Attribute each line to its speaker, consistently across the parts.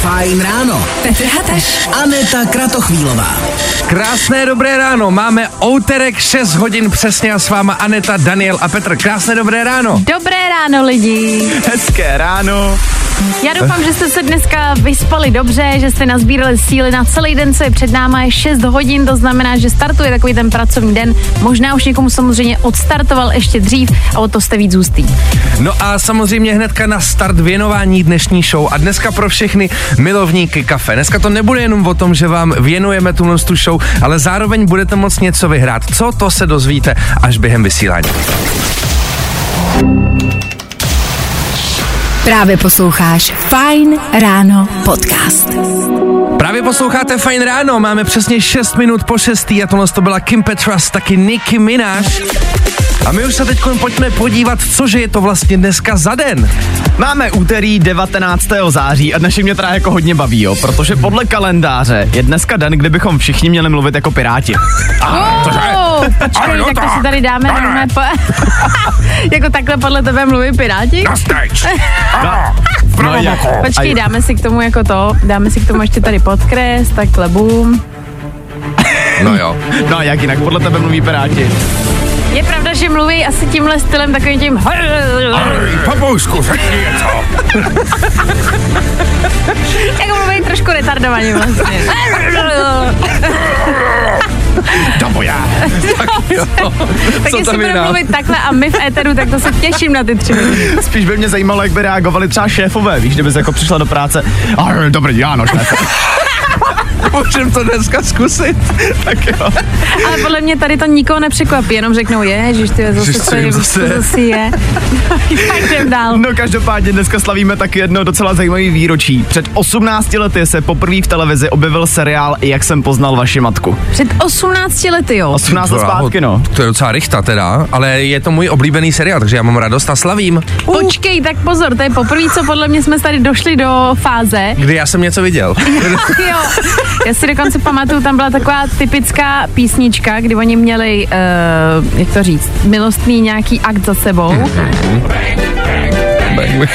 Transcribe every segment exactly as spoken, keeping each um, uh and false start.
Speaker 1: Fajn ráno.
Speaker 2: Petr Hateš.
Speaker 1: Aneta Kratochvílová.
Speaker 3: Krásné dobré ráno, máme úterek šest hodin přesně a s váma Aneta, Daniel a Petr. Krásné dobré ráno.
Speaker 2: Dobré ráno lidi.
Speaker 4: Hezké ráno.
Speaker 2: Já doufám, že jste se dneska vyspali dobře, že jste nazbírali síly na celý den, co je před náma, je šest hodin, to znamená, že startuje takový ten pracovní den. Možná už někomu samozřejmě odstartoval ještě dřív a o to jste víc hustý.
Speaker 3: No a samozřejmě hnedka na start věnování dnešní show a dneska pro všechny milovníky kafe. Dneska to nebude jenom o tom, že vám věnujeme tuhle tu show, ale zároveň budete moct něco vyhrát. Co, to se dozvíte až během vysílání.
Speaker 2: Právě posloucháš Fajn ráno podcast.
Speaker 3: Právě posloucháte Fajn ráno, máme přesně šest minut po šestý a tohle to byla Kim Petras, taky Nicki Minaj. A my už se teď pojďme podívat, cože je to vlastně dneska za den.
Speaker 4: Máme úterý devatenáctého září a dnešek mě teda jako hodně baví, jo, protože podle kalendáře je dneska den, kdy bychom všichni měli mluvit jako piráti.
Speaker 2: Oh, počkej, tak to si tady dáme na po... jako takhle podle tebe mluví piráti?
Speaker 4: No, no, jako.
Speaker 2: Počkej, dáme si k tomu jako to, dáme si k tomu ještě tady podkres, takhle bum.
Speaker 3: No jo.
Speaker 4: No a jak jinak podle tebe mluví piráti?
Speaker 2: Je pravda, že mluví asi tímhle stylem takovým tím...
Speaker 3: Papoušku, řekni něco.
Speaker 2: jako mluví trošku retardovaně vlastně.
Speaker 3: Daboja. Tak jo.
Speaker 2: Tak
Speaker 3: Co
Speaker 2: jestli
Speaker 3: tam
Speaker 2: budeme mluvit takhle a my v éteru, tak to se těším na ty tři minuty.
Speaker 4: Spíš by mě zajímalo, jak by reagovali třeba šéfové, víš, kdyby se jako přišla do práce. Dobrý ráno, šéfe.
Speaker 3: Můžem to dneska zkusit. Tak jo.
Speaker 2: Ale podle mě tady to nikoho nepřekvapí, jenom řeknou, ježiš, ty zase, zase, zase. zase je. Tak jdem dál.
Speaker 4: No každopádně dneska slavíme taky jedno docela zajímavý výročí. Před osmnácti lety se poprvé v televizi objevil seriál Jak jsem poznal vaši matku.
Speaker 2: Před osmnácti lety, jo.
Speaker 4: osmnáct let zpátky, no.
Speaker 3: To je docela rychta teda, ale je to můj oblíbený seriál, takže já mám radost a slavím.
Speaker 2: Počkej, tak pozor, to je poprvé, co podle mě jsme tady došli do fáze.
Speaker 3: Kdy já jsem něco viděl.
Speaker 2: jo. Já si dokonce pamatuju, tam byla taková typická písnička, kdy oni měli, uh, jak to říct, milostný nějaký akt za sebou.
Speaker 3: Mm-hmm. Bang, bang.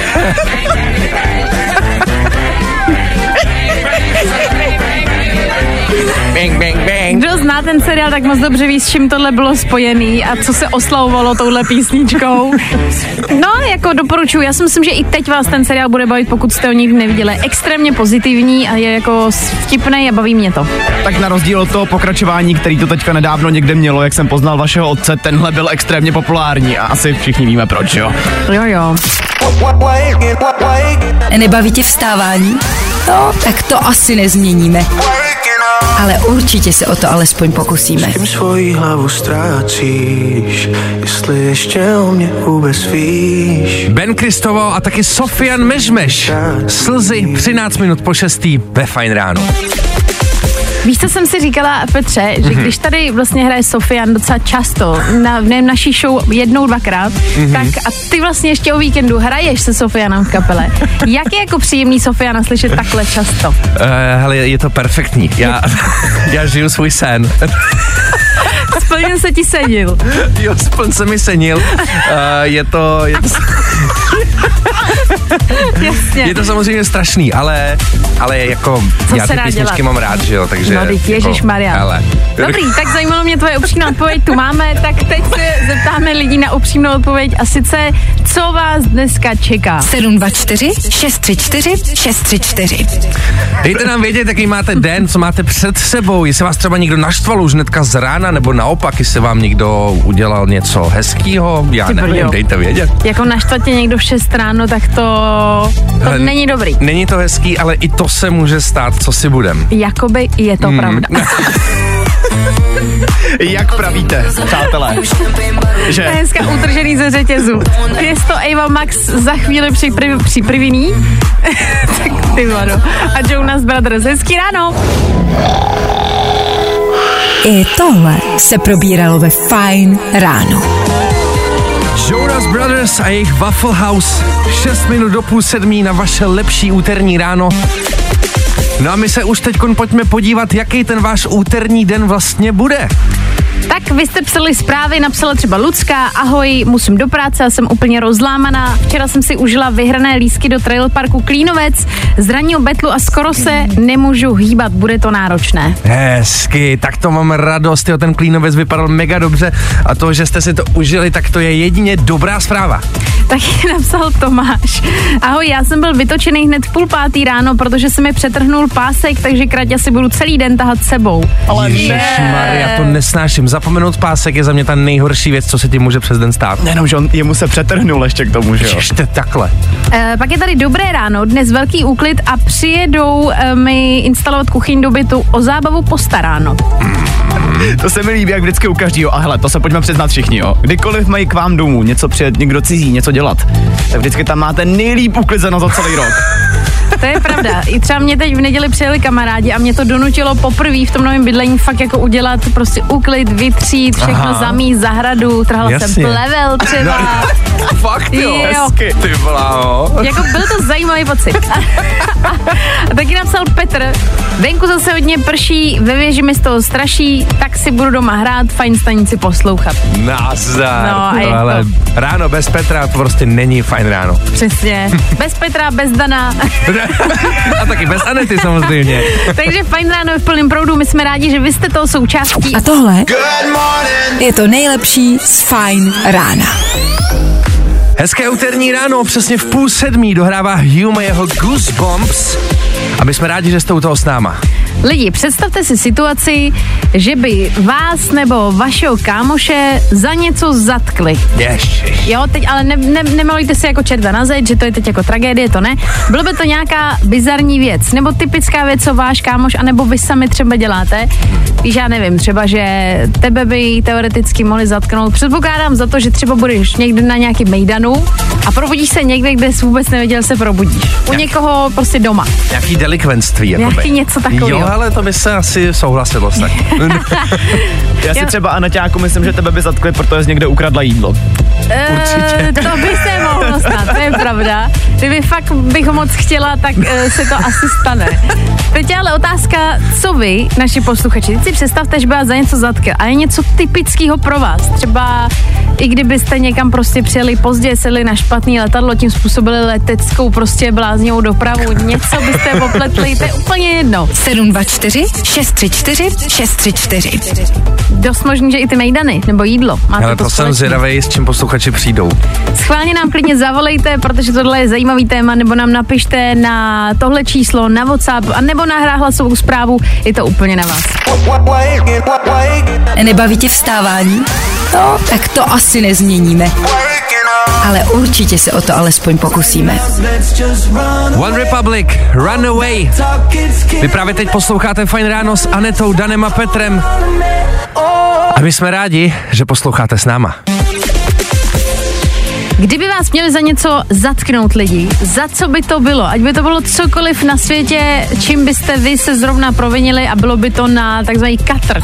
Speaker 3: Bang, bang, bang.
Speaker 2: Kdo zná ten seriál, tak moc dobře ví, s čím tohle bylo spojený a co se oslavovalo touhle písničkou. No, jako doporučuji, já si myslím, že i teď vás ten seriál bude bavit, pokud jste ho nikdy neviděli. Extrémně pozitivní a je jako vtipnej a baví mě to.
Speaker 4: Tak na rozdíl od toho pokračování, který to teďka nedávno někde mělo, Jak jsem poznal vašeho otce, tenhle byl extrémně populární a asi všichni víme proč, jo?
Speaker 2: Jo, jo.
Speaker 5: Nebaví tě vstávání? No, tak to asi nezměníme. Ale určitě se o to alespoň pokusíme.
Speaker 6: Svoji hlavu ztrácíš, jestli ještě o mě vůbec víš.
Speaker 3: Ben Kristovo a taky Sofian Mežmeš. Slzy, třináct minut po šestý ve Fajn ráno.
Speaker 2: Víš, co jsem si říkala, Petře, že když tady vlastně hraje Sofian docela často, na, na naší show jednou, dvakrát, mm-hmm. tak a ty vlastně ještě o víkendu hraješ se Sofianem v kapele. Jak je jako příjemný Sofiana slyšet takhle často?
Speaker 3: Uh, hele, je to perfektní. Já, já žiju svůj sen.
Speaker 2: Splnil se ti senil.
Speaker 3: Jo, spln se mi senil. Uh, je to... Je to...
Speaker 2: Jasně.
Speaker 3: Je to samozřejmě strašný, ale, ale jako
Speaker 2: co
Speaker 3: já ty písničky dělat? Mám rád, že jo, takže...
Speaker 2: No, teď ježišmarja.
Speaker 3: Jako,
Speaker 2: dobrý, tak zajímalo mě tvoje upřímná odpověď, tu máme, tak teď se zeptáme lidí na upřímnou odpověď a sice, co vás dneska čeká?
Speaker 5: sedm dva čtyři šest tři čtyři šest tři čtyři.
Speaker 3: Dejte nám vědět, jaký máte den, co máte před sebou, jestli vás třeba někdo naštval už hnedka z rána, nebo naopak, jestli vám někdo udělal něco hezkýho, já
Speaker 2: Ty
Speaker 3: nevím,
Speaker 2: brďo.
Speaker 3: Dejte vědět.
Speaker 2: Jako naštvat tě někdo v šest ráno, tak to, to
Speaker 3: Ale
Speaker 2: není dobrý.
Speaker 3: Není to hezký, ale i to se může stát, co si budem.
Speaker 2: Jakoby je to
Speaker 3: Hmm.
Speaker 2: pravda.
Speaker 4: Jak pravíte, přátelé? Že?
Speaker 2: To je dneska utržený ze řetězu. Je to Ava Max za chvíli připri, připrivený. Tak ty vado. A Jonas Brothers. Hezký ráno.
Speaker 5: I tohle se probíralo ve Fajn ráno.
Speaker 3: Jonas Brothers a jejich Waffle House. šest minut do půl sedmí na vaše lepší úterní ráno. No a my se už teď pojďme podívat, jaký ten váš úterní den vlastně bude.
Speaker 2: Tak vy jste psali zprávy, napsala třeba Lucka, ahoj, musím do práce a jsem úplně rozlámaná. Včera jsem si užila vyhrané lístky do Trail Parku Klínovec z ranního betlu a skoro se nemůžu hýbat, bude to náročné.
Speaker 3: Hezky, tak to mám radost, jo, ten Klínovec vypadal mega dobře a to, že jste si to užili, tak to je jedině dobrá zpráva.
Speaker 2: Taky napsal Tomáš. Ahoj, já jsem byl vytočený hned v půl pátý ráno, protože se mi přetrhnul pásek, takže krať asi budu celý den tahat sebou.
Speaker 4: Ale
Speaker 3: Ježišmarja, to nesnáším. Zapomenout pásek je za mě ta nejhorší věc, co se ti může přes den stát.
Speaker 4: Nejenom, že on jemu se přetrhnul ještě k tomu, že jo?
Speaker 3: Ještě takhle.
Speaker 2: E, pak je tady dobré ráno, dnes velký úklid a přijedou e, mi instalovat kuchyň do bytu, o zábavu postaráno.
Speaker 4: To se mi líbí, jak vždycky u každýho. A hele, to se pojďme přiznat všichni, jo. Kdykoliv mají k vám domů něco přijet někdo cizí, něco dělat, tak vždycky tam máte nejlíp uklizeno za celý rok.
Speaker 2: To je pravda. I třeba mě teď v neděli přijeli kamarádi a mě to donutilo poprvé v tom novém bydlení fakt jako udělat prostě úklid, vytřít, všechno
Speaker 3: Aha.
Speaker 2: zamíst, zahradu, trhala
Speaker 3: Jasně.
Speaker 2: jsem plevel třeba.
Speaker 3: Fakt jo,
Speaker 2: Jo.
Speaker 3: hezky. Ty bláho.
Speaker 2: Jako byl to zajímavý pocit. A taky napsal Petr, venku zase hodně prší, ve věži mi z toho straší, tak si budu doma hrát, fajn stanici poslouchat.
Speaker 3: Nazdar.
Speaker 2: No, a
Speaker 3: No,
Speaker 2: je
Speaker 3: ale ráno bez Petra to prostě není fajn ráno.
Speaker 2: Přesně. Bez Petra, bez Dana.
Speaker 3: A taky bez Anety samozřejmě.
Speaker 2: Takže fajn ráno je v plném proudu, my jsme rádi, že vy jste toho součástí.
Speaker 5: A tohle je to nejlepší z Fajn rána.
Speaker 3: Hezké úterní ráno, přesně v půl sedmí dohrává Hume jeho Goosebumps. A my jsme rádi, že jste u toho s náma.
Speaker 2: Lidi, představte si situaci, že by vás nebo vašeho kámoše za něco zatkli.
Speaker 3: Ježiš.
Speaker 2: Jo, teď ale ne, ne, nemalujte si jako čerta na zeď, že to je teď jako tragédie, to ne. Bylo by to nějaká bizarní věc, nebo typická věc, co váš kámoš, anebo vy sami třeba děláte. Víš, já nevím, třeba, že tebe by teoreticky mohli zatknout. Předpokládám za to, že třeba budeš někde na nějaký mejdanu a probudíš se někde, kde jsi vůbec nevěděl, se probudíš. U někoho prostě doma.
Speaker 3: Nějaký delikvenství, jakoby.
Speaker 2: Nějaký něco takového.
Speaker 3: Jo, ale to by se asi souhlasilo s tak.
Speaker 4: Já si
Speaker 2: Jo.
Speaker 4: třeba, Aneťáku, myslím, že tebe by zatkli, protože jsi někde ukradla jídlo.
Speaker 3: Určitě.
Speaker 2: E, to by se mohlo stát, to je pravda. Kdyby fakt bych ho moc chtěla, tak e, se to asi stane. Teď je ale otázka, co vy, naši posluchači, teď si představte, že by vás za něco zatkl a je něco typického pro vás. Třeba i kdybyste někam prostě přijeli pozdě, sedli na špatný letadlo, tím způsobili leteckou prostě bláznivou dopravu, něco byste popletli, to je úplně jedno.
Speaker 5: sedm dva čtyři šest tři čtyři šest tři čtyři.
Speaker 2: Dost možný, že i ty mejdany nebo jídlo. Máte
Speaker 3: Ale
Speaker 2: to
Speaker 3: to jsem
Speaker 2: společný.
Speaker 3: zvědavej, s čím posluchači přijdou.
Speaker 2: Schválně nám klidně zavolejte, protože tohle je zajímavý téma, nebo nám napište na tohle číslo, na WhatsApp, a nebo nahrá hlasovou zprávu, je to úplně na vás.
Speaker 5: Nebaví tě vstávání? No, tak to asi nezměníme. Ale určitě se o to alespoň pokusíme.
Speaker 3: One Republic, Runaway. Vy právě teď posloucháte Fajn ráno s Anetou, Danem a Petrem. A my jsme rádi, že posloucháte s náma.
Speaker 2: Kdyby vás měli za něco zatknout lidi, za co by to bylo? Ať by to bylo cokoliv na světě, čím byste vy se zrovna provinili a bylo by to na takzvaný katr.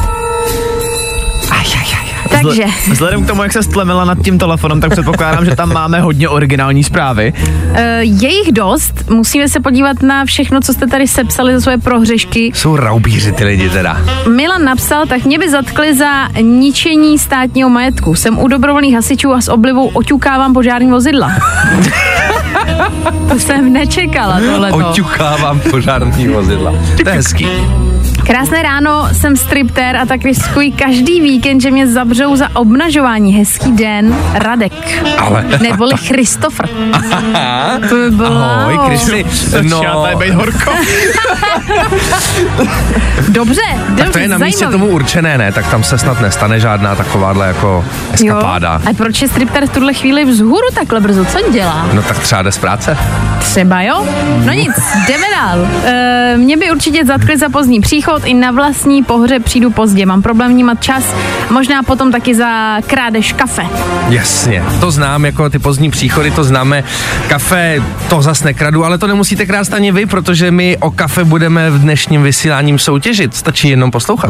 Speaker 2: Takže,
Speaker 4: Vzhledem k tomu, jak se stlemila nad tím telefonem, tak předpokládám, že tam máme hodně originální zprávy.
Speaker 2: uh, je jich dost, musíme se podívat na všechno, co jste tady sepsali za svoje prohřešky.
Speaker 3: Jsou raubíři ty lidi teda.
Speaker 2: Milan napsal, tak mě by zatkli za ničení státního majetku. Jsem u dobrovolných hasičů a s oblibou oťukávám požární vozidla. To jsem nečekala, tohleto.
Speaker 3: Oťukávám požární vozidla. To je hezký.
Speaker 2: Krásné ráno, jsem striptér a tak riskuji každý víkend, že mě zabřou za obnažování. Hezký den, Radek.
Speaker 3: Ale...
Speaker 2: Neboli Christopher. To by bylo...
Speaker 3: Ahoj, Kristi.
Speaker 4: No.
Speaker 3: No,
Speaker 4: Tady být horko.
Speaker 2: Dobře, dobře,
Speaker 3: tak to je na místě
Speaker 2: zajímavý.
Speaker 3: tomu určené, ne? Tak tam se snad nestane žádná takováhle jako eskapáda.
Speaker 2: Jo? A proč je striptér v tuhle chvíli vzhůru takhle brzo? Co dělá?
Speaker 3: No tak třeba jde z práce.
Speaker 2: Třeba jo? No nic, jdeme dál. E, mě by určitě zatkli za pozdní příchod, i na vlastní pohřeb přijdu pozdě. Mám problém vnímat čas, možná potom taky za krádež kafe.
Speaker 3: Jasně, to znám, jako ty pozdní příchody, to známe. Kafe, to zas nekradu, ale to nemusíte krást ani vy, protože my o kafe budeme v dnešním vysíláním soutěžit. Stačí jenom poslouchat.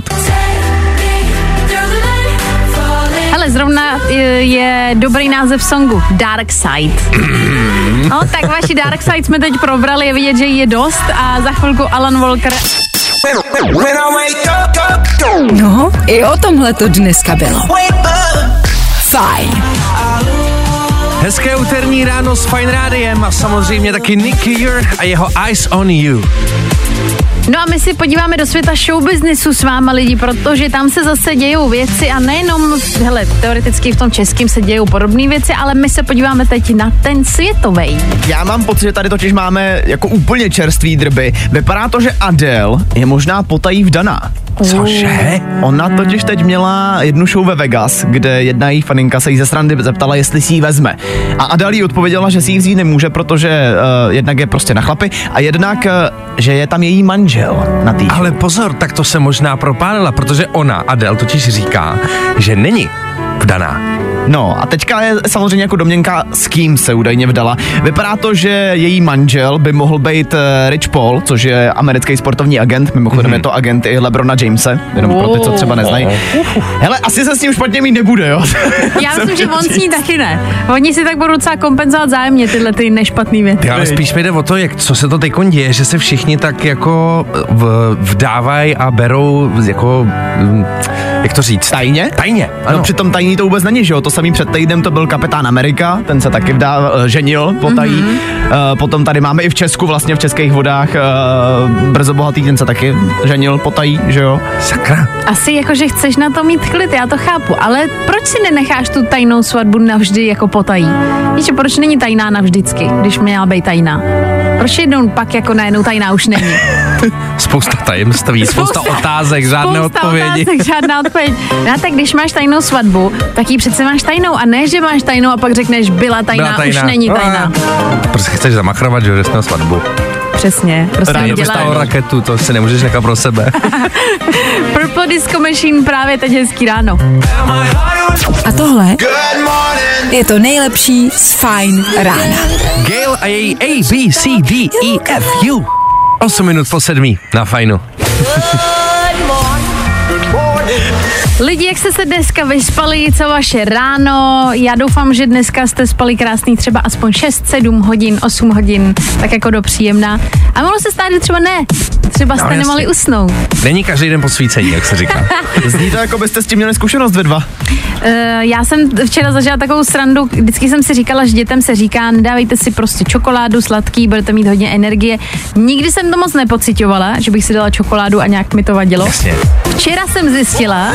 Speaker 2: Hele, zrovna je, je dobrý název songu Dark Side. No, tak vaši Dark Side jsme teď probrali, je vidět, že jí je dost a za chvilku Alan Walker.
Speaker 5: No, I o tomhle to dneska bylo. Fajn.
Speaker 3: Hezké úterní ráno s Fajn rádiem a samozřejmě taky Nicky Jurk a jeho Eyes on You.
Speaker 2: No a my si podíváme do světa showbiznisu s váma lidi, protože tam se zase dějou věci a nejenom, hele, teoreticky v tom českém se dějou podobné věci, ale my se podíváme teď na ten světovej.
Speaker 4: Já mám pocit, že tady totiž máme jako úplně čerstvý drby. Vypadá to, že Adele je možná potají vdaná.
Speaker 3: Cože?
Speaker 4: Ona totiž teď měla jednu show ve Vegas, kde jedna její faninka se jí ze srandy zeptala, jestli si ji vezme. A Adele jí odpověděla, že si ji vzít nemůže, protože uh, jednak je prostě na chlapy a jednak, uh, že je tam její manžel na tý.
Speaker 3: Ale pozor, tak to se možná propálila, protože ona, Adele, totiž říká, že není vdaná.
Speaker 4: No a teďka je samozřejmě jako domněnka, s kým se údajně vdala. Vypadá to, že její manžel by mohl být uh, Rich Paul, což je americký sportovní agent, mimochodem mm-hmm. je to agent i LeBrona Jamese, jenom oh. pro ty, co třeba neznají. Hele, asi se s ním špatně mít nebude, jo?
Speaker 2: Já myslím, že on s ní taky ne. Oni si tak budou docela kompenzovat zájemně tyhle ty nešpatný věci.
Speaker 3: Ale spíš mi jde o to, jak, co se to teď děje, že se všichni tak jako v, vdávají a berou jako, jak to říct?
Speaker 4: Tajně?
Speaker 3: Tajně, ano.
Speaker 4: No přitom tajný to vůbec není, že jo? To samý před týdnem to byl Kapitán Amerika, ten se taky vdá, ženil potají. Mm-hmm. Uh, potom tady máme i v Česku, vlastně v českých vodách, uh, Brzo bohatý, ten se taky ženil potají, že jo?
Speaker 3: Sakra.
Speaker 2: Asi jako, že chceš na to mít klid, já to chápu, ale proč si nenecháš tu tajnou svatbu navždy jako potají? Víš, proč není tajná navždycky, když měla být tajná? Proč jednou pak jako najednou tajná už není?
Speaker 3: Spousta tajemství, spousta, spousta otázek, žádné
Speaker 2: spousta
Speaker 3: odpovědi.
Speaker 2: Otázek, žádná odpověď. No tak když máš tajnou svatbu, tak ji přece máš tajnou a ne, že máš tajnou a pak řekneš byla tajná, byla tajná. Už není tajná.
Speaker 3: Prostě chceš zamachrovat, že jsi na svatbu.
Speaker 2: Přesně, prostě
Speaker 3: Ráno dostal raketu, to si nemůžeš nechat pro sebe.
Speaker 2: Purple Disco Machine právě teď hezký ráno.
Speaker 5: A tohle je to nejlepší z Fajn rána.
Speaker 3: Gail a její A, B, C, D, E, F, U. osm minut po sedmí na Fajnu.
Speaker 2: Lidi, jak jste se dneska vyspali, co vaše ráno? Já doufám, že dneska jste spali krásný třeba aspoň šest, sedm hodin, osm hodin, tak jako do příjemná. A mohlo se stát, že třeba ne. Třeba jste no, nemohli usnout.
Speaker 3: Není každý den posvícení, jak se říká.
Speaker 4: Zní to, jako byste s tím měli zkušenost vy dva.
Speaker 2: Uh, já jsem včera zažila takovou srandu, vždycky jsem si říkala, že dětem se říká, nedávejte si prostě čokoládu, sladký, budete mít hodně energie. Nikdy jsem to moc nepocitovala, že bych si dala čokoládu a nějak mi to vadilo.
Speaker 3: Jasně.
Speaker 2: Včera jsem zjistila,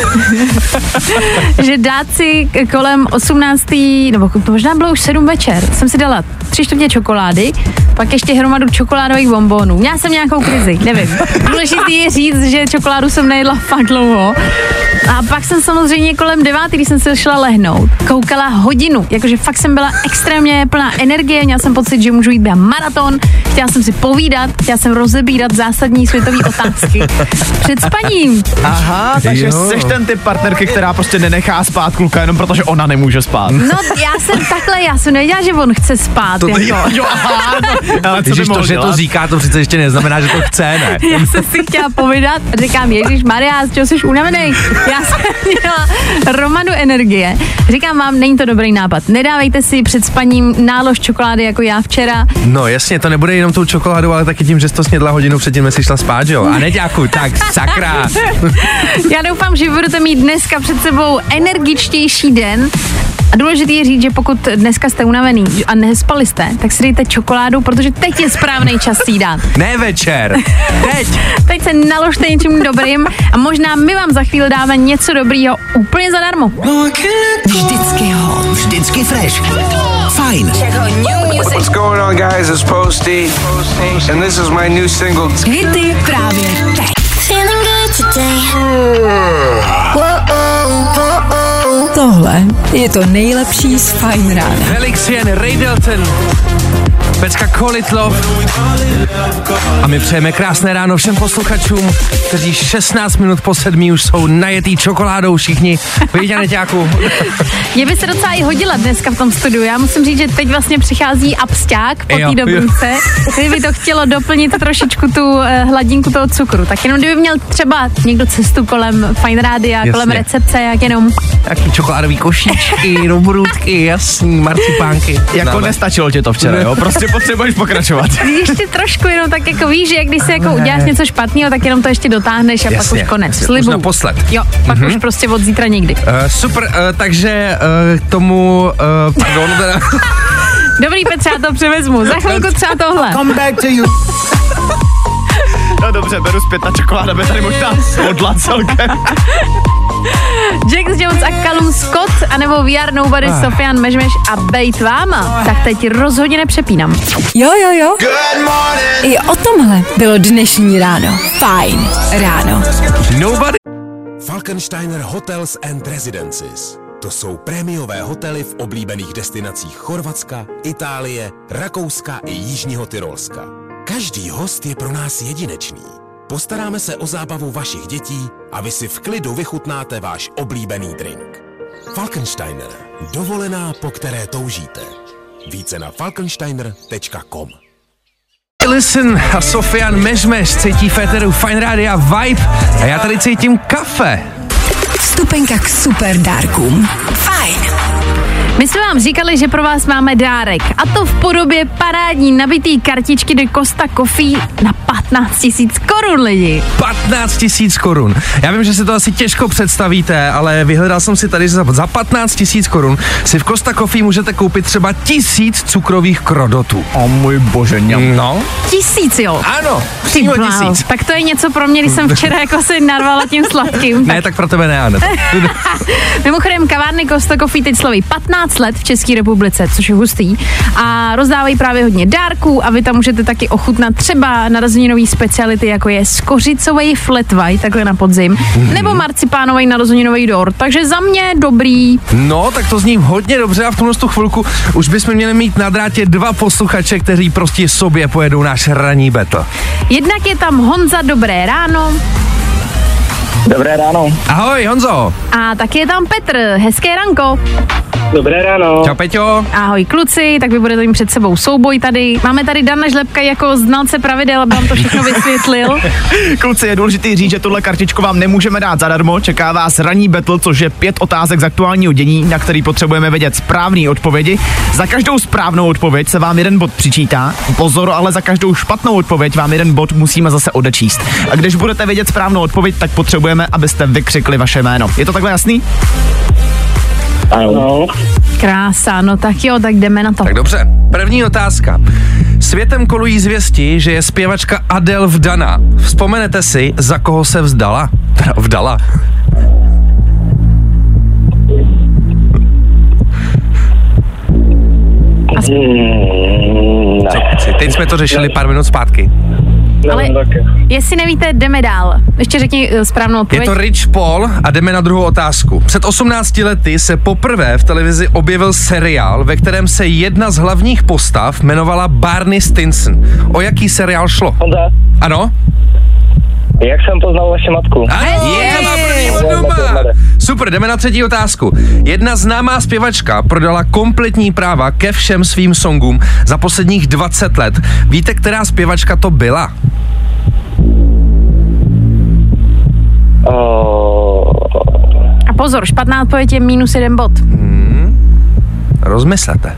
Speaker 2: že dát si kolem osmnáctý, nebo to možná bylo už sedm večer, jsem si dala tři čtvrtě čokolády, pak ještě hromadu čokoládových bonbonů. Měla jsem nějakou krizi, nevím. Důležitý je říct, že čokoládu jsem nejedla fakt dlouho. A pak jsem samozřejmě kolem devátý, když jsem se šla lehnout, koukala hodinu, jakože fakt jsem byla extrémně plná energie, měla jsem pocit, že můžu jít běhat maraton, chtěla jsem si povídat, chtěla jsem rozebírat zásadní světové otázky před spaním.
Speaker 4: Aha, takže jo. Jsi ten typ partnerky, která prostě nenechá spát kluka jenom protože ona nemůže spát.
Speaker 2: No já jsem takhle, já jsem nevěděla, že on chce spát.
Speaker 3: To
Speaker 2: jako.
Speaker 3: jo, jo, aha, no. Ale co by to, že to říká, to přece ještě neznamená, že to chce, ne?
Speaker 2: Já jsem si chtěla povídat a říkám, Ježíš Maria, z čeho jsi unavený? Já jsem měla romanu energie. Říkám vám, není to dobrý nápad. Nedávejte si před spaním nálož čokolády jako já včera.
Speaker 3: No jasně, to nebude jenom tou čokoládou, ale taky tím, že jsi to snědla hodinu předtím, než jsi šla spát, jo? A neďáku, tak sakra.
Speaker 2: Já doufám, že budete mít dneska před sebou energičtější den. A důležité je říct, že pokud dneska jste unavený a nespali jste, tak si dejte čokoládu, protože teď je správný čas si dát.
Speaker 3: Ne večer, teď.
Speaker 2: Teď se naložte něčím dobrým a možná my vám za chvíli dáme něco dobrýho úplně zadarmo.
Speaker 1: Vždycky hot, vždycky fresh. Fajn.
Speaker 6: What's going on, guys? It's Posty, and this is my new single.
Speaker 5: Hity právě teď. Tohle je to nejlepší z Fajn rána.
Speaker 3: Felix Jen, Ray Dalton, pecka Call It Love. A my přejeme krásné ráno všem posluchačům, kteří šestnáct minut po sedmí už jsou najetý čokoládou všichni. Víte, Neťáku?
Speaker 2: Je by se docela i hodila dneska v tom studiu. Já musím říct, že teď vlastně přichází absťák po té dobrůce. Kdyby to chtělo doplnit trošičku tu uh, hladinku toho cukru. Tak jenom kdyby měl třeba někdo cestu kolem Fajn rádia, kolem recepce, jak jenom...
Speaker 3: Jaký čokoládový košíčky, dobrůdky, jasný, marcipánky.
Speaker 4: Jako
Speaker 3: Dáme.
Speaker 4: nestačilo tě to včera, jo? Prostě potřebuješ pokračovat.
Speaker 2: Ještě trošku jenom tak jako víš, že jak když si jako uděláš něco špatného, tak jenom to ještě dotáhneš a
Speaker 3: Jasně,
Speaker 2: pak už konec.
Speaker 3: jasně,
Speaker 2: Slibu.
Speaker 3: už naposled.
Speaker 2: Jo, pak mm-hmm. už prostě od zítra nikdy.
Speaker 3: Uh, super, uh, takže uh, k tomu, uh, pardon, teda...
Speaker 2: Dobrý, Petře, já to převezmu. Za chvilku třeba tohle.
Speaker 1: Come back to you.
Speaker 4: No dobře, beru zpět, ta čokoláda by tady možná odla celkem.
Speaker 2: Jax Jones a Callum Scott, anebo V R Nobody, ah. Sofian Mežmeš a Bejt váma. Tak teď rozhodně nepřepínám.
Speaker 5: Jo, jo, jo. I o tomhle bylo dnešní ráno. Fajn ráno.
Speaker 3: Nobody.
Speaker 7: Falkensteiner Hotels and Residences. To jsou prémiové hotely v oblíbených destinacích Chorvatska, Itálie, Rakouska i Jižního Tyrolska. Každý host je pro nás jedinečný. Postaráme se o zábavu vašich dětí a vy si v klidu vychutnáte váš oblíbený drink. Falkensteiner. Dovolená, po které toužíte. Více na falkensteiner tečka com.
Speaker 3: Listen a Sofian Mežmeš cítí Féteru Fine Rádia Vibe a já tady cítím kafe.
Speaker 5: Vstupenka k super dárkům. Fajn.
Speaker 2: My jsme vám říkali, že pro vás máme dárek a to v podobě parádní nabitý kartičky do Costa Coffee na patnáct tisíc korun, lidi.
Speaker 3: patnáct tisíc korun. Já vím, že si to asi těžko představíte, ale vyhledal jsem si tady za, za patnáct tisíc korun si v Costa Coffee můžete koupit třeba tisíc cukrových krodotů.
Speaker 4: O můj bože, ňam.
Speaker 3: No.
Speaker 2: Tisíc, jo.
Speaker 3: Ano,
Speaker 2: Ty
Speaker 3: přímo
Speaker 2: bláho,
Speaker 3: tisíc.
Speaker 2: tak to je něco pro mě, když jsem včera jako se narvala tím sladkým.
Speaker 3: Ne, tak pro tebe ne, Anet.
Speaker 2: Mimochodem, kavárny Costa Coffee teď slaví patnáct let v České republice, což je hustý. A rozdávají právě hodně dárků a vy tam můžete taky ochutnat třeba narozeninový speciality, jako je skořicový flat white, takhle na podzim, mm. nebo marcipánový narozeninový dort. Takže za mě dobrý.
Speaker 3: No, tak to zní hodně dobře a v tuhle tu chvilku už bychom měli mít na drátě dva posluchače, kteří prostě sobě pojedou náš ranní battle.
Speaker 2: Jednak je tam Honza, dobré ráno.
Speaker 8: Dobré ráno.
Speaker 3: Ahoj, Honzo.
Speaker 2: A taky je tam Petr, hezké ranko.
Speaker 8: Dobré ráno.
Speaker 3: Čau, Peťo.
Speaker 2: Ahoj kluci, tak vy budete mít před sebou souboj tady. Máme tady Dana Žlepka jako znalce pravidel, aby vám to všechno vysvětlil.
Speaker 4: Kluci, je důležitý říct, že tuhle kartičku vám nemůžeme dát zadarmo. Čeká vás ranní battle, což je pět otázek z aktuálního dění, na který potřebujeme vědět správné odpovědi. Za každou správnou odpověď se vám jeden bod přičítá. Pozor, ale za každou špatnou odpověď vám jeden bod musíme zase odečíst. A když budete vědět správnou odpověď, tak potřebujeme, abyste vykřikli vaše jméno. Je to takhle jasný?
Speaker 8: Ano.
Speaker 2: Krása, no tak jo, tak jdeme na to.
Speaker 3: Tak dobře, první otázka. Světem kolují zvěsti, že je zpěvačka Adele vdaná. Vzpomenete si, za koho se vzdala? Teda vdala.
Speaker 8: Hmm, ne.
Speaker 3: Teď jsme to řešili pár minut zpátky.
Speaker 2: Ale jestli nevíte, jdeme dál. Ještě řekni uh, správnou
Speaker 3: Je
Speaker 2: odpověď.
Speaker 3: to Rich Paul a jdeme na druhou otázku. Před osmnácti lety se poprvé v televizi objevil seriál, ve kterém se jedna z hlavních postav jmenovala Barney Stinson. O jaký seriál šlo?
Speaker 8: Honza,
Speaker 3: Ano?
Speaker 8: jak jsem poznal vaši matku?
Speaker 3: Ano, je, má první od doma. Super, jdeme na třetí otázku. Jedna známá zpěvačka prodala kompletní práva ke všem svým songům za posledních dvacet let. Víte, která zpěvačka to byla?
Speaker 8: Oh.
Speaker 2: A pozor, špatná odpověď je minus jeden bod.
Speaker 3: Rozmyslete.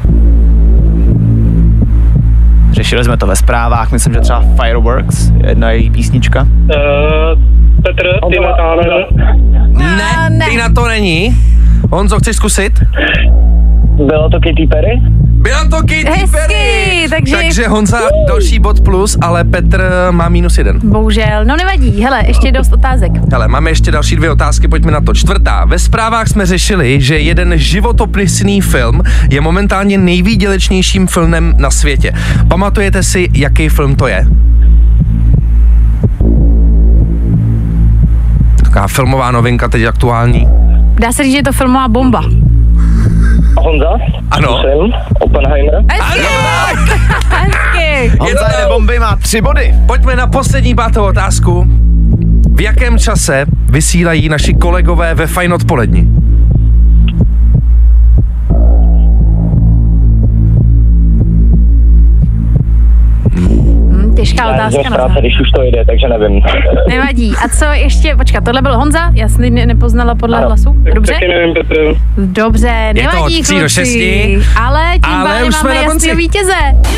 Speaker 4: Řešili jsme to ve zprávách, myslím, že třeba Fireworks, jedna její písnička.
Speaker 8: Uh, Petr, ty na
Speaker 3: Ne,
Speaker 2: ne.
Speaker 3: ty na to není. Honzo, chceš zkusit?
Speaker 8: Bylo to Katy Perry?
Speaker 3: Byla to Katy
Speaker 2: Hezky,
Speaker 3: Perry.
Speaker 2: takže-
Speaker 3: Takže Honza další bod plus, ale Petr má minus jeden.
Speaker 2: Bohužel, no nevadí, hele, ještě je dost otázek.
Speaker 3: Hele, máme ještě další dvě otázky, pojďme na to. Čtvrtá. Ve zprávách jsme řešili, že jeden životopisný film je momentálně nejvýdělečnějším filmem na světě. Pamatujete si, jaký film to je? Taková filmová novinka, teď aktuální.
Speaker 2: Dá se říct, že je to filmová bomba.
Speaker 8: Honza?
Speaker 3: Ano.
Speaker 8: Film? Oppenheimer?
Speaker 2: Hezky, hezky.
Speaker 4: Honza jede bomby, má tři body.
Speaker 3: Pojďme na poslední pátou otázku. V jakém čase vysílají naši kolegové ve Fajn odpoledni?
Speaker 2: Těžká
Speaker 8: Já
Speaker 2: otázka.
Speaker 8: jezdím z práce, když už to jde, takže nevím.
Speaker 2: Nevadí. A co ještě, počkat, tohle byl Honza? Já jsem ne, nepoznala podle
Speaker 8: Ano.
Speaker 2: hlasu. Dobře?
Speaker 8: Taky nevím, Petr.
Speaker 2: Dobře,
Speaker 3: Je to
Speaker 2: nevadí,
Speaker 3: od tří do
Speaker 2: kluci.
Speaker 3: šesti.
Speaker 2: Ale tím
Speaker 3: Ale
Speaker 2: pádem
Speaker 3: už jsme
Speaker 2: máme
Speaker 3: na konci.
Speaker 2: jasného vítěze.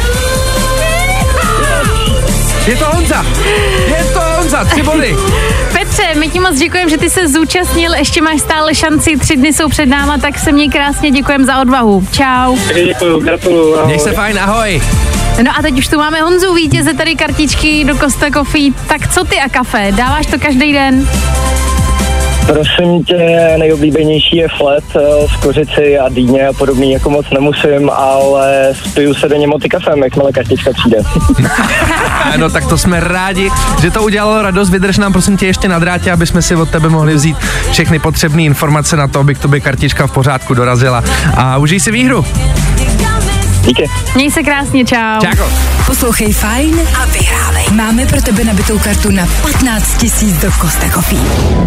Speaker 3: Je to Honza! Je to Honza, tři body!
Speaker 2: Petře, my ti moc děkujeme, že ty se zúčastnil, ještě máš stále šanci, tři dny jsou před náma, tak se měj krásně, děkujeme za odvahu. Čau.
Speaker 8: Takže děkuju, gratuluju. ahoj.
Speaker 3: Měj se fajn, ahoj!
Speaker 2: No a teď už tu máme Honzu, vítěze tady kartičky do Costa Coffee. Tak co ty a kafe? Dáváš to každý den?
Speaker 8: Prosím tě, nejoblíbenější je flat z kořici a dýně a podobný, jako moc nemusím, ale spiju se denně moty kafem, jakmile kartička přijde.
Speaker 3: Ano, tak to jsme rádi, že to udělalo radost. Vydrž nám prosím tě ještě na drátě, aby jsme si od tebe mohli vzít všechny potřebné informace na to, aby k tobě kartička v pořádku dorazila. A užij si výhru.
Speaker 8: Díky.
Speaker 2: Měj se krásně, čau.
Speaker 3: Čáko.
Speaker 5: Poslouchej Fajn a vyhrávej. Máme pro tebe nabitou kartu na patnáct tisíc do Costa Coffee.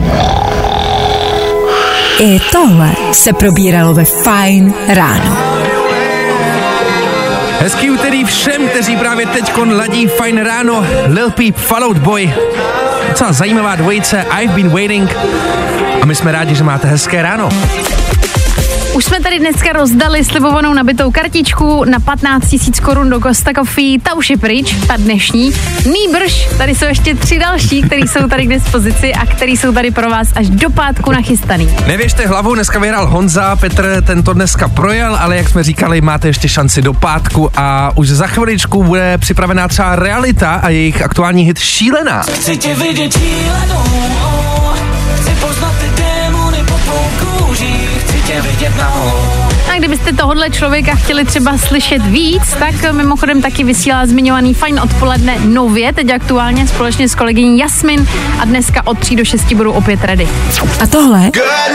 Speaker 5: I tohle se probíralo ve Fajn ráno.
Speaker 3: Hezký úterý všem, kteří právě teďkon ladí Fajn ráno. Lil Peep, Fall Out Boy. Docela zajímavá dvojice, I've Been Waiting. A my jsme rádi, že máte hezké ráno.
Speaker 2: Už jsme tady dneska rozdali slibovanou nabitou kartičku na patnáct tisíc korun do Costa Coffee. Ta už je pryč, ta dnešní. Nýbrž, tady jsou ještě tři další, které jsou tady k dispozici a které jsou tady pro vás až do pátku nachystaný.
Speaker 3: Nevěřte hlavu, dneska vyhrál Honza, Petr tento dneska projel, ale jak jsme říkali, máte ještě šanci do pátku a už za chviličku bude připravená třeba Realita a jejich aktuální hit Šílená.
Speaker 9: Chci tě vidět šílenou, oh, chci poznat ty démony pod tvou kůží, chci tě vidět nahou.
Speaker 2: A kdybyste tohohle člověka chtěli třeba slyšet víc, tak mimochodem taky vysílá zmiňovaný Fajn odpoledne nově, teď aktuálně společně s kolegyní Jasmin a dneska od tří do šesti budou opět ready.
Speaker 5: A tohle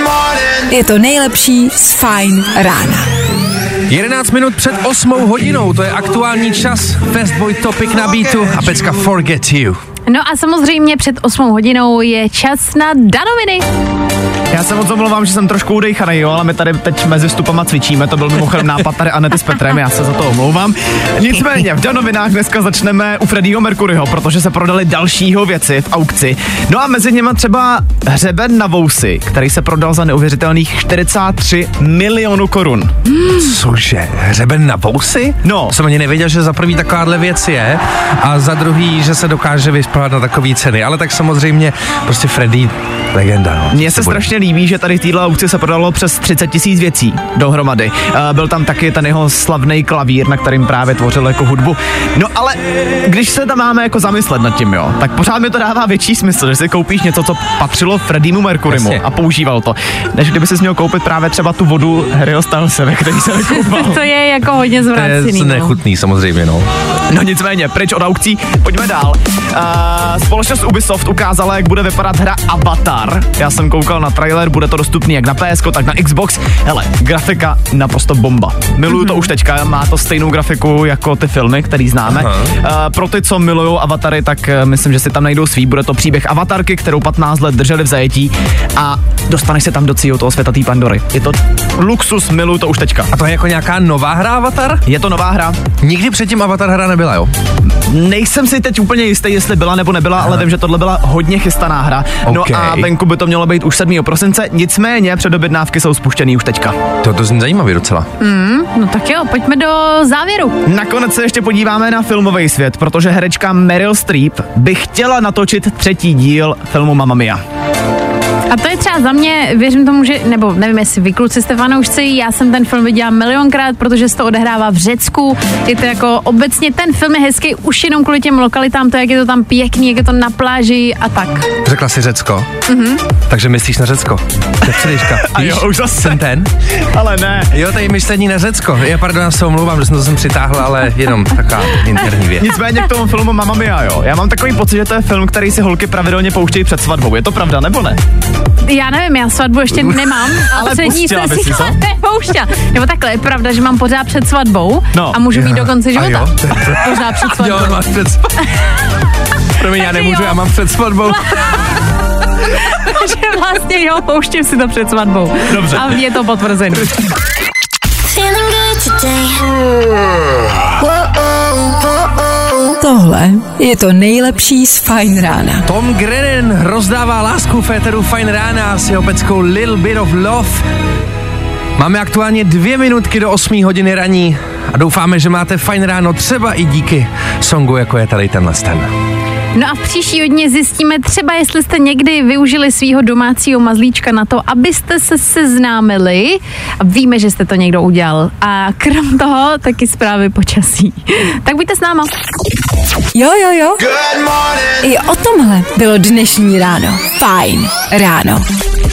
Speaker 5: je to nejlepší z Fajn rána.
Speaker 3: jedenáct minut před osmou hodinou, to je aktuální čas, Fastboy Topic na beatu a pecka Forget You.
Speaker 2: No a samozřejmě před osmou hodinou je čas na danoviny.
Speaker 4: Já se moc omlouvám, že jsem trošku udejchanej, jo, ale my tady teď mezi vstupama cvičíme, to byl mimochodem nápad tady Anety s Petrem, já se za to omlouvám. Nicméně v danovinách dneska začneme u Freddieho Mercuryho, protože se prodali dalšího věci v aukci. No a mezi něma třeba hřeben na vousy, který se prodal za neuvěřitelných čtyřicet tři milionů korun.
Speaker 3: Cože, hřeben na vousy?
Speaker 4: No.
Speaker 3: Jsem ani nevěděl, že za prvý takováhle věc je a za druhý, že se dokáže vyspadat na takové ceny, ale tak samozřejmě prostě Freddie, legenda. No.
Speaker 4: Mně se strašně líbí, že tady v téhle aukci se prodalo přes třicet tisíc věcí dohromady. Uh, byl tam taky ten jeho slavný klavír, na kterým právě tvořil jako hudbu. No ale když se tam máme jako zamyslet nad tím, jo, tak pořád mi to dává větší smysl, že si koupíš něco, co patřilo Freddiemu Mercurymu a používal to, než kdyby si měl koupit právě třeba tu vodu Harryho Stylese, ve který se koupal.
Speaker 2: To je jako hodně
Speaker 3: To
Speaker 2: zvrácený.
Speaker 3: je
Speaker 2: no.
Speaker 3: nechutný samozřejmě, no.
Speaker 4: No nicméně, pryč od aukcí, pojďme dál. Uh, společnost Ubisoft ukázala, jak bude vypadat hra Avatar. Já jsem koukal na trailer, bude to dostupný jak na P S, tak na Xbox. Hele, grafika naprosto bomba. Miluju to už teďka, má to stejnou grafiku jako ty filmy, který známe. Uh, pro ty, co milujou Avatary, tak uh, myslím, že si tam najdou svý. Bude to příběh Avatarky, kterou patnáct let drželi v zajetí a dostaneš se tam do cílu toho světa té Pandory. Je to luxus, miluju to už teďka.
Speaker 3: A to je jako nějaká nová hra Avatar?
Speaker 4: Je to nová hra.
Speaker 3: Nikdy předtím Avatar hra nebyla, jo?
Speaker 4: Nejsem si teď úplně jistý, jestli byla nebo nebyla, Aha. ale vím, že tohle byla hodně chystaná hra. No
Speaker 3: Okay.
Speaker 4: a venku by to mělo být už sedmého prosince, nicméně předobědnávky jsou spuštěný už teďka.
Speaker 3: To, to zní zajímavý docela.
Speaker 2: Mm, no tak jo, pojďme do závěru.
Speaker 4: Nakonec se ještě podíváme na filmový svět, protože herečka Meryl Streep by chtěla natočit třetí díl filmu Mamma Mia.
Speaker 2: A to je třeba za mě, věřím tomu, že, nebo nevím, jestli vy kluci jste fanoušci, já jsem ten film viděla milionkrát, protože se to odehrává v Řecku. Je to jako obecně ten film je hezký už jenom kvůli těm lokalitám, to jak je to tam pěkný, jak je to na pláži a tak.
Speaker 3: Řekla si Řecko?
Speaker 2: Mhm.
Speaker 3: Takže myslíš na Řecko? To je předeška.
Speaker 4: A jo, už zase.
Speaker 3: Jsem ten?
Speaker 4: Ale ne.
Speaker 3: Jo, tady myšlení na Řecko. Já pardon, já se omlouvám, že jsem to sem přitáhl, ale jenom taková interní věc.
Speaker 4: Nicméně k tomu filmu Mamma Mia, jo. Já mám takový pocit, že to je film, který si holky pravidelně pouštějí před svatbou. Je to pravda, nebo ne?
Speaker 2: Já nevím, já svatbu ještě nemám,
Speaker 4: Ale
Speaker 2: před ní
Speaker 4: pustila
Speaker 2: jsem
Speaker 4: by
Speaker 2: si
Speaker 4: si
Speaker 2: to
Speaker 4: to?
Speaker 2: nepouštěla. Nebo takhle, je pravda, že mám pořád před svatbou
Speaker 4: No.
Speaker 2: a můžu mít do konce
Speaker 3: A
Speaker 2: života.
Speaker 3: jo?
Speaker 2: Pořád před svatbou.
Speaker 3: Jo, máš před svatbou. Promiň, já nemůžu, já mám před svatbou.
Speaker 2: Takže vlastně jo, pouštím si to před svatbou.
Speaker 4: Dobře.
Speaker 2: A je to potvrzený.
Speaker 5: To tohle je to nejlepší z Fajn rána.
Speaker 3: Tom Grennan rozdává lásku v éteru Fajn rána s jeho peckou Little Bit of Love. Máme aktuálně dvě minutky do osmí hodiny raní a doufáme, že máte fajn ráno třeba i díky songu, jako je tady tenhle ten.
Speaker 2: No a v příští hodině zjistíme třeba, jestli jste někdy využili svýho domácího mazlíčka na to, abyste se seznámili. A víme, že jste to někdo udělal. A krom toho taky zprávy počasí. Tak buďte s náma.
Speaker 5: Jo, jo, jo. I o tomhle bylo dnešní ráno. Fajn ráno.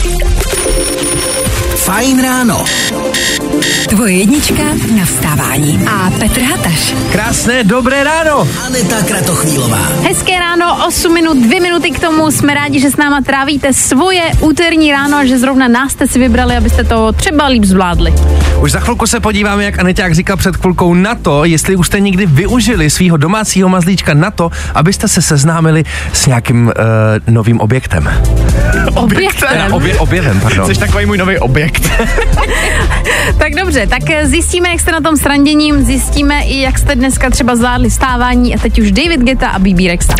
Speaker 1: Fajn ráno.
Speaker 5: Tvoje jednička na vstávání. A Petr Hataš.
Speaker 3: Krásné, dobré ráno.
Speaker 1: Aneta Kratochvílová.
Speaker 2: Hezké ráno, osm minut, dvě minuty k tomu. Jsme rádi, že s náma trávíte svoje úterní ráno a že zrovna nás jste si vybrali, abyste to třeba líp zvládli.
Speaker 3: Už za chvilku se podíváme, jak Aneťák říkal před chvilkou, na to, jestli už jste někdy využili svýho domácího mazlíčka na to, abyste se seznámili s nějakým uh, novým objektem.
Speaker 2: Objektem?
Speaker 3: Obje, objevem, pardon.
Speaker 4: Jsi takový můj nový objekt.
Speaker 2: Tak dobře, tak zjistíme, jak jste na tom s randěním, zjistíme i, jak jste dneska třeba zvládli vstávání a teď už David Guetta a Bebe Rexha.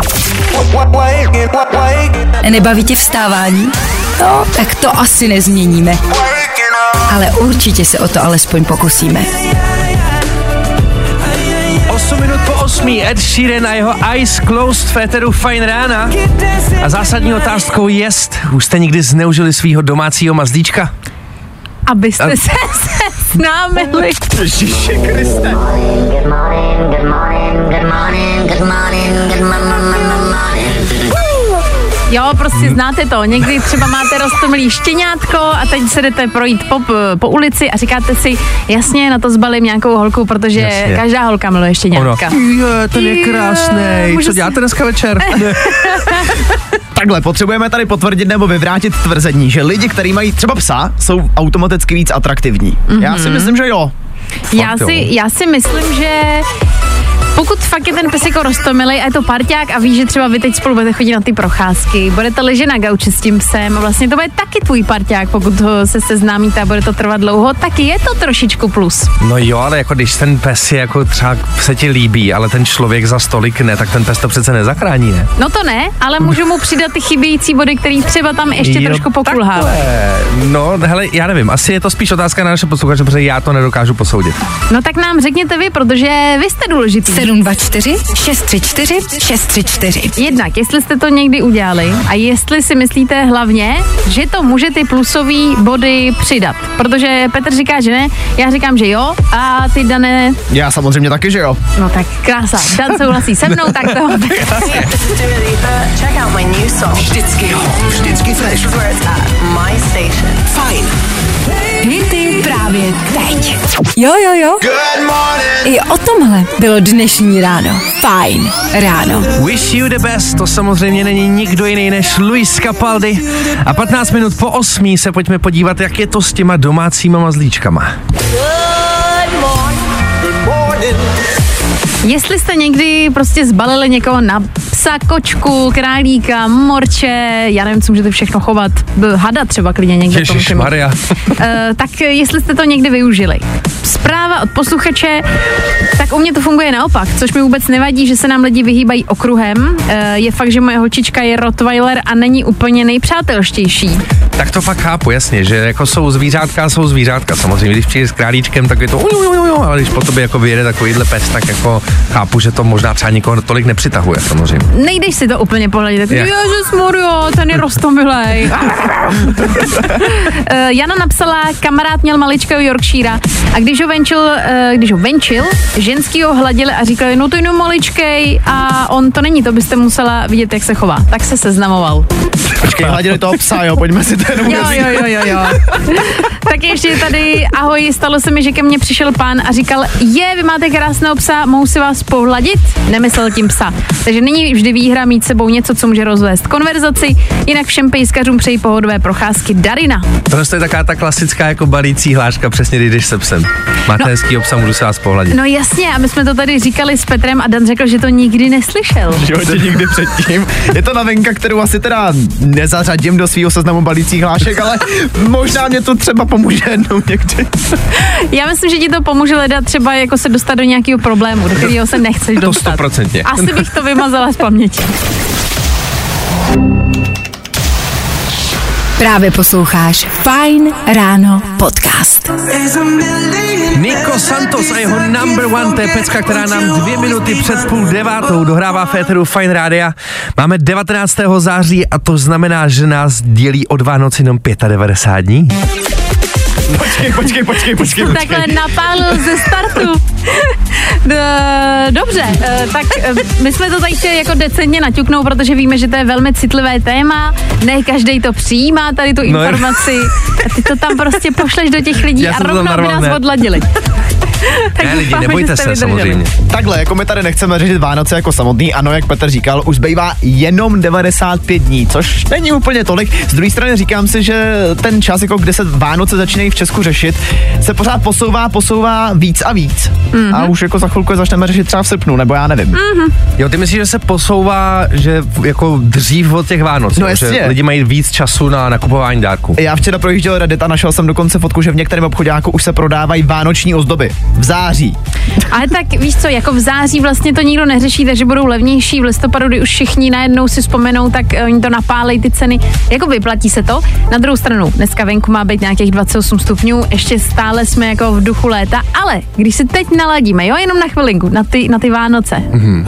Speaker 5: Nebaví tě vstávání? No, tak to asi nezměníme. Ale určitě se o to alespoň pokusíme.
Speaker 3: osm minut po osmí, Ed Sheeran a jeho Eyes Closed v éteru Fajn rána. A zásadní otázkou jest, už jste někdy zneužili svýho domácího mazlíčka?
Speaker 2: Abyste
Speaker 3: A...
Speaker 2: se seznámili.
Speaker 4: Ježiši Kriste.
Speaker 2: Jo, prostě znáte to. Někdy třeba máte roztomilý štěňátko a teď se jdete projít po, po ulici a říkáte si, jasně, na to zbalím nějakou holku, protože
Speaker 3: jasně.
Speaker 2: Každá holka miluje štěňátka.
Speaker 3: Ono. Je, ten je krásnej. Co děláte dneska večer?
Speaker 4: Takhle, potřebujeme tady potvrdit nebo vyvrátit tvrzení, že lidi, kteří mají třeba psa, jsou automaticky víc atraktivní. Mm-hmm. Já si myslím, že jo.
Speaker 2: Já si, já si myslím, že pokud fakt je ten pes jako roztomilej a je to parťák a víš, že třeba vy teď spolu budete chodit na ty procházky, budete ležet na gauči s tím psem a vlastně to bude taky tvůj parťák, pokud ho se seznámíte a bude to trvat dlouho, taky je to trošičku plus.
Speaker 3: No jo, ale jako když ten pes je jako třeba se ti líbí, ale ten člověk za stolik ne, tak ten pes to přece nezachrání, ne?
Speaker 2: No to ne, ale můžu mu přidat ty chybějící body, který třeba tam ještě
Speaker 3: jo,
Speaker 2: trošku pokulhávají.
Speaker 3: No, hele, já nevím, asi je to spíš otázka na naše posluchače, protože já to nedokážu posoudit.
Speaker 2: No tak nám řekněte vy, protože vy jste důležitý.
Speaker 5: sedm dva čtyři šest tři čtyři šest tři čtyři.
Speaker 2: Jednak, jestli jste to někdy udělali a jestli si myslíte hlavně, že to může ty plusový body přidat. Protože Petr říká, že ne, já říkám, že jo a ty, Dané...
Speaker 4: Já samozřejmě taky, že jo.
Speaker 2: No tak krása, Dan souhlasí se mnou, tak to...
Speaker 1: Vždycky hot, vždycky fresh. Fajn.
Speaker 5: Hity právě teď. Jo, jo, jo. I o tomhle bylo dnešní ráno. Fajn ráno.
Speaker 3: Wish you the best, to samozřejmě není nikdo jiný než Luis Capaldi. A patnáct minut po osmí se pojďme podívat, jak je to s těma domácíma mazlíčkama.
Speaker 2: Jestli jste někdy prostě zbalili někoho na psa, kočku, králíka, morče, já nevím, co můžete všechno chovat, hada třeba klidně někde.
Speaker 3: Ježišmarja.
Speaker 2: uh, tak jestli jste to někdy využili. Zpráva od posluchače, tak u mě to funguje naopak, což mi vůbec nevadí, že se nám lidi vyhýbají okruhem. Uh, je fakt, že moje holčička je Rottweiler a není úplně nejpřátelštější.
Speaker 3: Tak to fakt chápu, jasně, že jako jsou zvířátka, jsou zvířátka. Samozřejmě, když přijde s králíčkem, tak je to ujujujuju, ale když po tobě jako vyjede takovýhle pes, tak jako chápu, že to možná třeba nikoho tolik nepřitahuje, samozřejmě.
Speaker 2: Nejdeš si to úplně pohledit, tak ježišmarjo, ten je roztomilej. Jana napsala, kamarád měl maličkého Yorkshira a když ho venčil, když ho venčil, ženský ho hladili a říkali, no to jenom maličkej a on to není, to byste musela vidět, jak se chová. Tak se seznamoval.
Speaker 4: Počkej, hladili toho psa, jo, pojďme si to jenom
Speaker 2: Jo, jo, jo, jo, jo. Tak ještě tady, ahoj, stalo se mi, že ke mně přišel pán a říkal, je, vy máte krásného psa, mohu si vás pohladit? Nemyslel tím psa. Takže není vždy výhra mít sebou něco, co může rozvést konverzaci. Jinak všem pejskařům přejí pohodové procházky Darina.
Speaker 3: Tohle je taková ta klasická jako balící hláška, přesně když jdeš se psem. Máte no, hezký obsah, můžu se vás pohladit.
Speaker 2: No jasně, a my jsme to tady říkali s Petrem a Dan řekl, že to nikdy neslyšel.
Speaker 4: Jo, že nikdy předtím. Je to novinka, kterou asi teda nezařadím do svého seznamu balících hlášek, ale možná mě to třeba pomůže jednou někdy.
Speaker 2: Já myslím, že ti to pomůže leda třeba jako se dostat do nějakého problému, do kterého se nechceš dostat.
Speaker 3: To stoprocentně.
Speaker 2: Asi bych to vymazala z paměti.
Speaker 5: Právě posloucháš Fajn ráno podcast.
Speaker 3: Nico Santos a jeho number one, to je pecka, která nám dvě minuty před půl devátou dohrává v éteru Fajn rádia. Máme devatenáctého září a to znamená, že nás dělí od Vánoc jenom devadesát pět dní.
Speaker 4: Počkej, počkej, počkej, počkej, počkej.
Speaker 2: Takhle napálil ze startu. Dobře, tak my jsme to tady chtěli jako decentně naťuknout, protože víme, že to je velmi citlivé téma, ne každej to přijímá, tady tu informaci. A ty to tam prostě pošleš do těch lidí a rovnou by nás odladili.
Speaker 3: Tak ne, lidi, nebojte se, samozřejmě.
Speaker 4: Takhle, jako my tady nechceme řešit Vánoce jako samotný, ano, jak Petr říkal, už zbývá jenom devadesát pět dní, což není úplně tolik. Z druhé strany říkám si, že ten čas, jako kde se Vánoce začínají v Česku řešit, se pořád posouvá, posouvá víc a víc. Mm-hmm. A už jako za chvilku začneme řešit třeba v srpnu, nebo já nevím.
Speaker 2: Mm-hmm.
Speaker 3: Jo, ty myslíš, že se posouvá, že jako dřív od těch Vánoc,
Speaker 4: no,
Speaker 3: že lidi mají víc času na nakupování dárků.
Speaker 4: Já včera projížděl Reddit a našel jsem dokonce fotku, že v některém obchodáku už se prodávají vánoční ozdoby. V září.
Speaker 2: Ale tak víš co, jako v září vlastně to nikdo neřeší, takže budou levnější. V listopadu, kdy už všichni najednou si vzpomenou, tak oni to napálej ty ceny. Jako vyplatí se to. Na druhou stranu, dneska venku má být nějakých dvacet osm stupňů, ještě stále jsme jako v duchu léta, ale když si teď naladíme, jo, jenom na chvilinku, na ty, na ty Vánoce. Mm-hmm.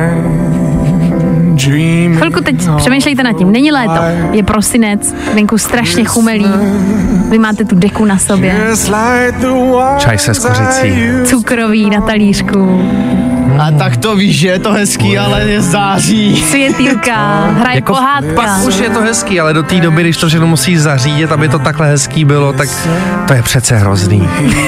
Speaker 2: Chvilku teď přemýšlejte nad tím, není léto, je prosinec, venku strašně chumelí, vy máte tu deku na sobě.
Speaker 3: Čaj se skořicí.
Speaker 2: Cukroví na talířku.
Speaker 4: A tak to víš, že je to hezký, ale je září.
Speaker 2: Světýlka, hraje
Speaker 3: jako
Speaker 2: pohádka.
Speaker 3: Pak už je to hezký, ale do té doby, když to všechno musí zařídit, aby to takhle hezký bylo, tak to je přece hrozný.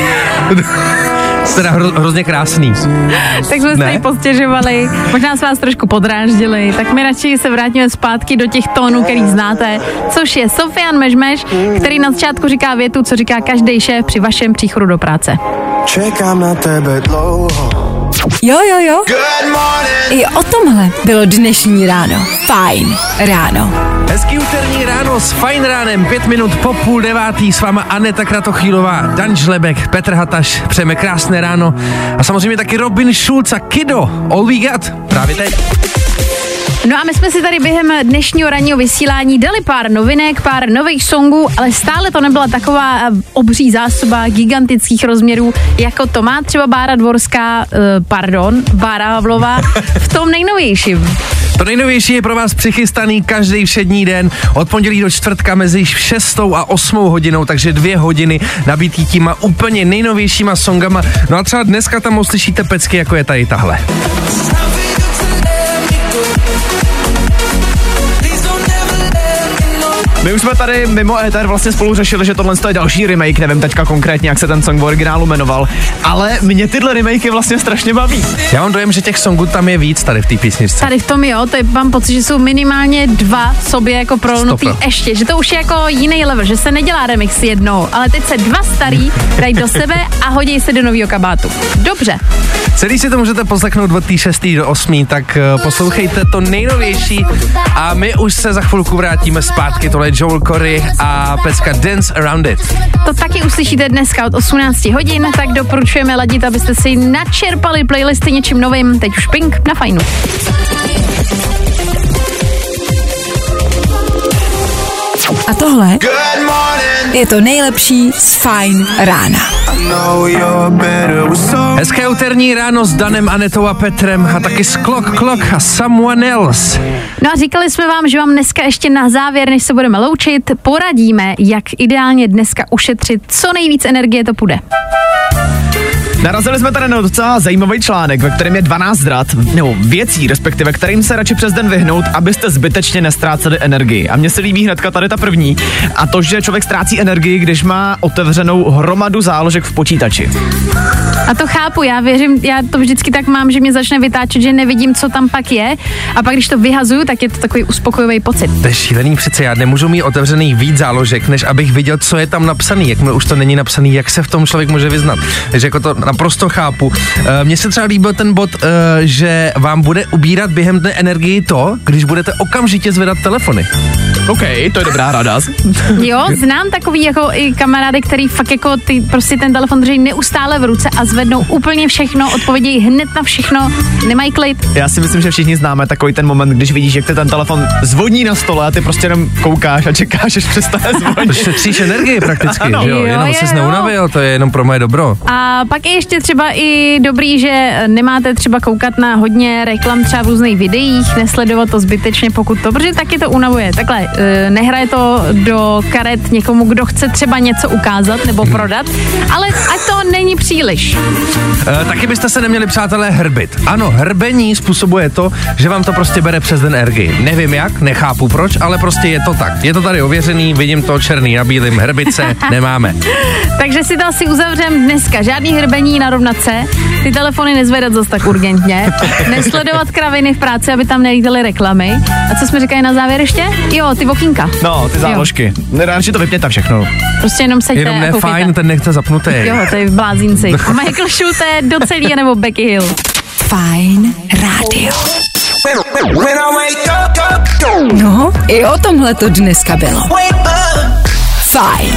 Speaker 3: Teda hro, hrozně krásný.
Speaker 2: Tak jsme se tady postěžovali, možná jsme vás trošku podráždili, tak my radši se vrátíme zpátky do těch tónů, který znáte, což je Sofian Mežmeš, který na začátku říká větu, co říká každý šéf při vašem příchodu do práce.
Speaker 6: Čekám na tebe dlouho.
Speaker 5: Jo, jo, jo. I o tomhle bylo dnešní ráno. Fajn ráno.
Speaker 3: Hezký úterní ráno s Fajn ránem, pět minut po půl devátý, s váma Aneta Kratochvílová, Dan Žlebek, Petr Hataš, přejeme krásné ráno a samozřejmě taky Robin Schulz a Kiddo, All We Got, právě teď.
Speaker 2: No a my jsme si tady během dnešního ranního vysílání dali pár novinek, pár nových songů, ale stále to nebyla taková obří zásoba gigantických rozměrů, jako to má třeba Bára Dvorská, eh, pardon, Bára Havlová v tom nejnovějším.
Speaker 3: To nejnovější je pro vás přichystaný každý všední den od pondělí do čtvrtka mezi šestou a osmou hodinou, takže dvě hodiny nabitý těma úplně nejnovějšíma songama. No a třeba dneska tam uslyšíte pecky, jako je tady tahle.
Speaker 4: My už jsme tady mimo éter vlastně spolu řešili, že tohle je další remake, nevím teďka konkrétně, jak se ten song v originálu jmenoval, ale mě tyhle remakey vlastně strašně baví.
Speaker 3: Já mám dojem, že těch songů tam je víc tady v té písničce.
Speaker 2: Tady v tom jo, to je, mám pocit, že jsou minimálně dva sobě jako prolnutý ještě, že to už je jako jiný level, že se nedělá remix jednou, ale teď se dva starý dají do sebe a hodí se do nového kabátu. Dobře.
Speaker 3: Celý si to můžete poslechnout od té šesté do osmé, tak poslouchejte to nejnovější a my už se za chvilku vrátíme zpátky. Tohle je Joel Corey a pecka Dance Around It.
Speaker 2: To taky uslyšíte dneska od osmnáct hodin, tak doporučujeme ladit, abyste si načerpali playlisty něčím novým. Teď už Pink na Fajnu.
Speaker 5: A tohle je to nejlepší z Fajn rána.
Speaker 3: Hezké úterní ráno s Danem, Anetou a Petrem a taky s Clock Clock a Someone Else.
Speaker 2: No a říkali jsme vám, že vám dneska ještě na závěr, než se budeme loučit, poradíme, jak ideálně dneska ušetřit co nejvíc energie to půjde.
Speaker 4: Narazili jsme tady na docela zajímavý článek, ve kterém je dvanáct rad, nebo věcí, respektive kterým se radši přes den vyhnout, abyste zbytečně nestráceli energii. A mně se líbí hnedka tady ta první, a to, že člověk ztrácí energii, když má otevřenou hromadu záložek v počítači.
Speaker 2: A to chápu, já věřím, já to vždycky tak mám, že mě začne vytáčet, že nevidím, co tam pak je, a pak když to vyhazuju, tak je to takový uspokojivý pocit.
Speaker 3: To je šílený přece, já nemůžu mít otevřený víc záložek, než abych viděl, co je tam napsaný. Jakmile už to není napsaný, jak se v tom člověk může vyznat. Takže jako to naprosto chápu. E, Mně se třeba líbil ten bod, e, že vám bude ubírat během dne energii to, když budete okamžitě zvedat telefony.
Speaker 4: OK, to je dobrá rada.
Speaker 2: Jo, znám takový jako i kamarády, který fakt jako ty prostě ten telefon drží neustále v ruce a zvednou úplně všechno, odpovědějí hned na všechno, nemají klid.
Speaker 4: Já si myslím, že všichni známe takový ten moment, když vidíš, jak ty ten telefon zvoní na stole a ty prostě jenom koukáš a čekáš, až přestane zvonit.
Speaker 3: Šetříš energii prakticky,
Speaker 4: ano.
Speaker 3: že jo,
Speaker 2: Jo,
Speaker 3: jenom
Speaker 2: jo,
Speaker 3: ses
Speaker 2: jo.
Speaker 3: neunavil, to je jenom pro moje dobro.
Speaker 2: A pak je ještě třeba i dobrý, že nemáte třeba koukat na hodně reklam třeba v různých videích, nesledovat to zbytečně, pokud to, protože taky to unavuje. Takhle, e, nehraje to do karet někomu, kdo chce třeba něco ukázat nebo prodat, ale ať to není příliš.
Speaker 3: E, taky byste se neměli, přátelé, hrbit. Ano, hrbení způsobuje to, že vám to prostě bere přes den energii. Nevím jak, nechápu proč, ale prostě je to tak. Je to tady ověřený, vidím to černý na bílým, hrbit se nemáme.
Speaker 2: Takže si to asi uzavřem dneska. Žádný hrbení, narovnat se, ty telefony nezvedat zas tak urgentně, nesledovat kraviny v práci, aby tam nelítaly reklamy. A co jsme říkali na závěr ještě? Jo, ty okýnka.
Speaker 4: No, ty záložky. Radši to vypněte všechno.
Speaker 2: Prostě jenom seďte
Speaker 3: Jenom
Speaker 2: a
Speaker 3: ne
Speaker 2: koukejte.
Speaker 3: fajn, ten nechte zapnutý.
Speaker 2: Jo, to je v blázínci. Michael Schulte, Docelí nebo Becky Hill.
Speaker 5: Fajn rádio. No, i o tomhle to dneska bylo. Fajn.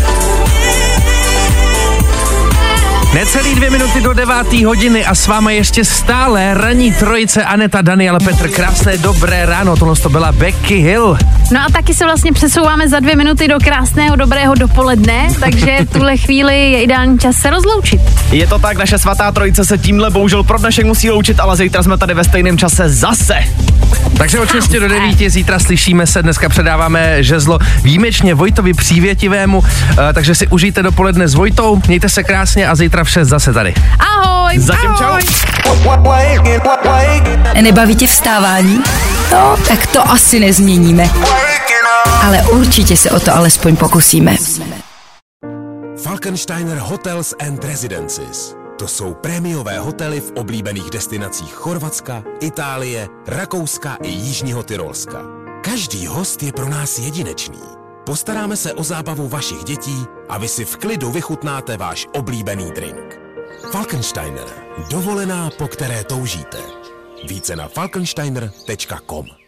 Speaker 3: Necelý dvě minuty do deváté hodiny a s váma ještě stále ranní trojice Aneta, Daniel, Petr. Krásné dobré ráno, tohle to byla Becky Hill.
Speaker 2: No a taky se vlastně přesouváme za dvě minuty do krásného dobrého dopoledne, takže v tuhle chvíli je ideální čas se rozloučit.
Speaker 4: Je to tak, naše svatá trojice se tímhle bohužel pro dnešek musí loučit, ale zítra jsme tady ve stejném čase zase.
Speaker 3: Takže od šesti do devíti zítra slyšíme se, dneska předáváme žezlo výjimečně Vojtovi Přívětivému, uh, takže si užijte dopoledne s Vojtou, mějte se krásně a zítra v šest zase tady.
Speaker 2: Ahoj!
Speaker 4: Zatím
Speaker 2: ahoj.
Speaker 4: čau.
Speaker 5: Nebaví tě vstávání? No, tak to asi nezměníme. Ale určitě se o to alespoň pokusíme.
Speaker 7: Falkensteiner Hotels and Residences. To jsou prémiové hotely v oblíbených destinacích Chorvatska, Itálie, Rakouska i Jižního Tyrolska. Každý host je pro nás jedinečný. Postaráme se o zábavu vašich dětí a vy si v klidu vychutnáte váš oblíbený drink. Falkensteiner. Dovolená, po které toužíte. Více na falkensteiner tečka com.